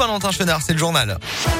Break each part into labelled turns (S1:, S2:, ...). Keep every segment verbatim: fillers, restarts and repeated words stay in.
S1: Valentin Chenard, c'est le journal.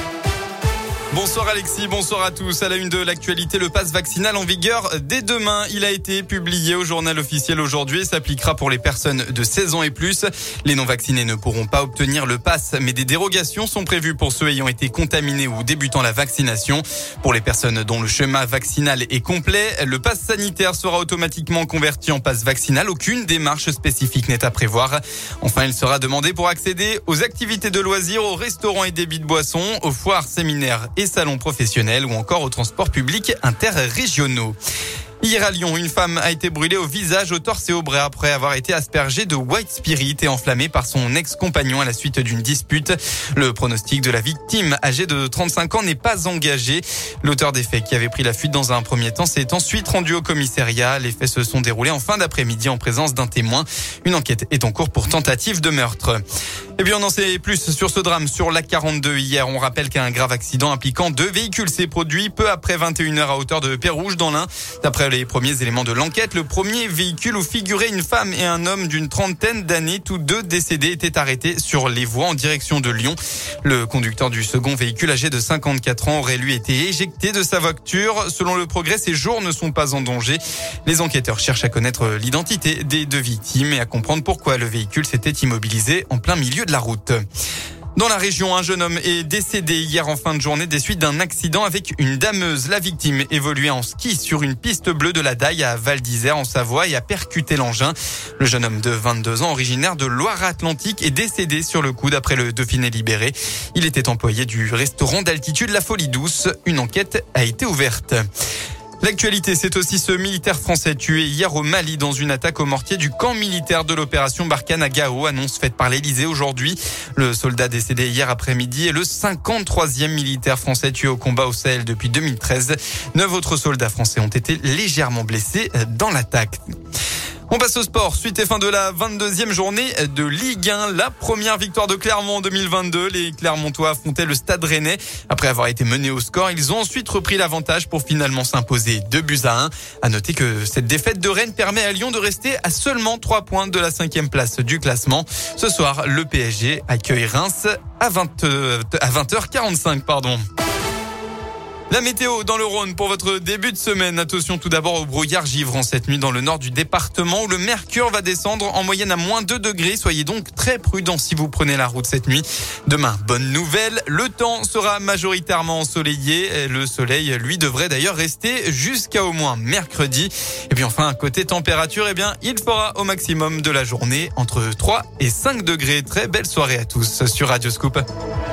S2: Bonsoir Alexis, bonsoir à tous. À la une de l'actualité, le pass vaccinal en vigueur dès demain. Il a été publié au journal officiel aujourd'hui et s'appliquera pour les personnes de seize ans et plus. Les non-vaccinés ne pourront pas obtenir le pass, mais des dérogations sont prévues pour ceux ayant été contaminés ou débutant la vaccination. Pour les personnes dont le schéma vaccinal est complet, le pass sanitaire sera automatiquement converti en pass vaccinal. Aucune démarche spécifique n'est à prévoir. Enfin, il sera demandé pour accéder aux activités de loisirs, aux restaurants et débits de boissons, aux foires, séminaires et salons professionnels ou encore aux transports publics interrégionaux. Hier à Lyon, une femme a été brûlée au visage, au torse et au bras après avoir été aspergée de white spirit et enflammée par son ex-compagnon à la suite d'une dispute. Le pronostic de la victime, âgée de trente-cinq ans, n'est pas engagé. L'auteur des faits, qui avait pris la fuite dans un premier temps, s'est ensuite rendu au commissariat. Les faits se sont déroulés en fin d'après-midi en présence d'un témoin. Une enquête est en cours pour tentative de meurtre. Et bien, on en sait plus sur ce drame sur l'A quarante-deux hier. On rappelle qu'un grave accident impliquant deux véhicules s'est produit peu après vingt et une heures à hauteur de Pérouge dans l'Ain. D'après les premiers éléments de l'enquête, le premier véhicule où figuraient une femme et un homme d'une trentaine d'années, tous deux décédés, étaient arrêtés sur les voies en direction de Lyon. Le conducteur du second véhicule, âgé de cinquante-quatre ans, aurait lui été éjecté de sa voiture. Selon le Progrès, ses jours ne sont pas en danger. Les enquêteurs cherchent à connaître l'identité des deux victimes et à comprendre pourquoi le véhicule s'était immobilisé en plein milieu de la route. Dans la région, un jeune homme est décédé hier en fin de journée des suites d'un accident avec une dameuse. La victime évoluait en ski sur une piste bleue de la Daille à Val d'Isère en Savoie et a percuté l'engin. Le jeune homme de vingt-deux ans, originaire de Loire-Atlantique, est décédé sur le coup d'après le Dauphiné libéré. Il était employé du restaurant d'altitude La Folie Douce. Une enquête a été ouverte. L'actualité, c'est aussi ce militaire français tué hier au Mali dans une attaque au mortier du camp militaire de l'opération Barkhane à Gao, annonce faite par l'Élysée aujourd'hui. Le soldat décédé hier après-midi est le cinquante-troisième militaire français tué au combat au Sahel depuis deux mille treize. Neuf autres soldats français ont été légèrement blessés dans l'attaque. On passe au sport. Suite et fin de la vingt-deuxième journée de Ligue un. La première victoire de Clermont en deux mille vingt-deux. Les Clermontois affrontaient le Stade Rennais. Après avoir été menés au score, ils ont ensuite repris l'avantage pour finalement s'imposer deux buts à un. À noter que cette défaite de Rennes permet à Lyon de rester à seulement trois points de la cinquième place du classement. Ce soir, le P S G accueille Reims à vingt, à vingt heures quarante-cinq, pardon. La météo dans le Rhône pour votre début de semaine. Attention tout d'abord au brouillard givrant cette nuit dans le nord du département où le mercure va descendre en moyenne à moins deux degrés. Soyez donc très prudents si vous prenez la route cette nuit. Demain, bonne nouvelle, le temps sera majoritairement ensoleillé. Le soleil, lui, devrait d'ailleurs rester jusqu'à au moins mercredi. Et puis enfin, côté température, eh bien, il fera au maximum de la journée entre trois et cinq degrés. Très belle soirée à tous sur Radio Scoop.